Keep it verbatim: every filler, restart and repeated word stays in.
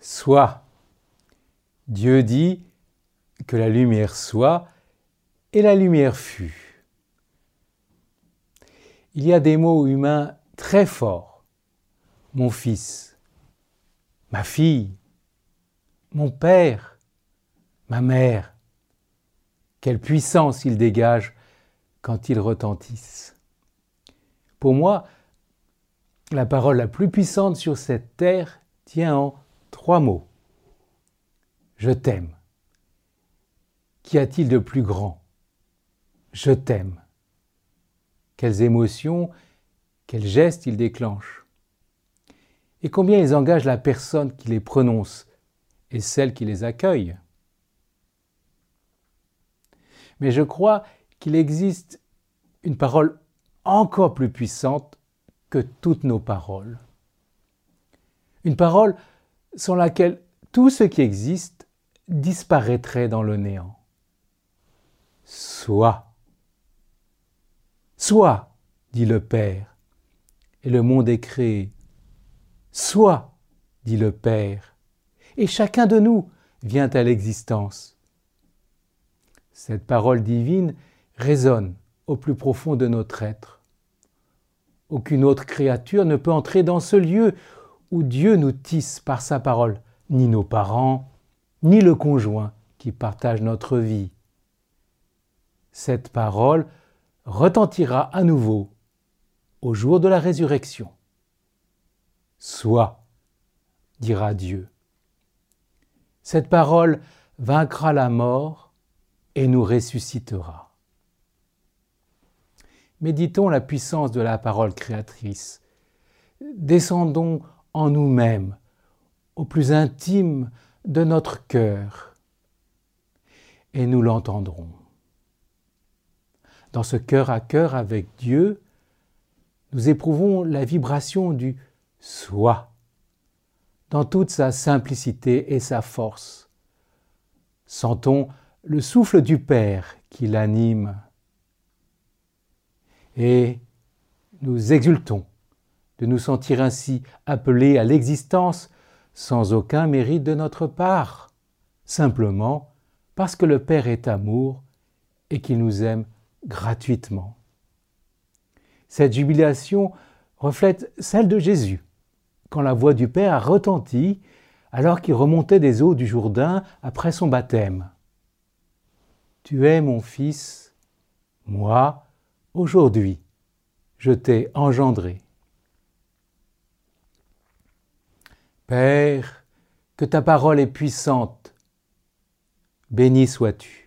Soit. Dieu dit que la lumière soit, et la lumière fut. Il y a des mots humains très forts. Mon fils, ma fille, mon père, ma mère. Quelle puissance ils dégagent quand ils retentissent. Pour moi, la parole la plus puissante sur cette terre tient en trois mots. Je t'aime. Qu'y a-t-il de plus grand? Je t'aime. Quelles émotions, quels gestes ils déclenchent. Et combien ils engagent la personne qui les prononce et celle qui les accueille. Mais je crois qu'il existe une parole encore plus puissante que toutes nos paroles. Une parole sans laquelle tout ce qui existe disparaîtrait dans le néant. Sois. Sois, dit le Père, et le monde est créé. Sois, dit le Père, et chacun de nous vient à l'existence. Cette parole divine résonne au plus profond de notre être. Aucune autre créature ne peut entrer dans ce lieu où Dieu nous tisse par sa parole, ni nos parents, ni le conjoint qui partage notre vie. Cette parole retentira à nouveau au jour de la résurrection. Sois, dira Dieu. Cette parole vaincra la mort et nous ressuscitera. Méditons la puissance de la parole créatrice. Descendons en nous-mêmes, au plus intime de notre cœur, et nous l'entendrons. Dans ce cœur à cœur avec Dieu, nous éprouvons la vibration du « soi » dans toute sa simplicité et sa force. Sentons le souffle du Père qui l'anime. Et nous exultons de nous sentir ainsi appelés à l'existence sans aucun mérite de notre part, simplement parce que le Père est amour et qu'il nous aime gratuitement. Cette jubilation reflète celle de Jésus, quand la voix du Père a retenti alors qu'il remontait des eaux du Jourdain après son baptême. Tu es mon Fils, moi, aujourd'hui, je t'ai engendré. Père, que ta parole est puissante, béni sois-tu.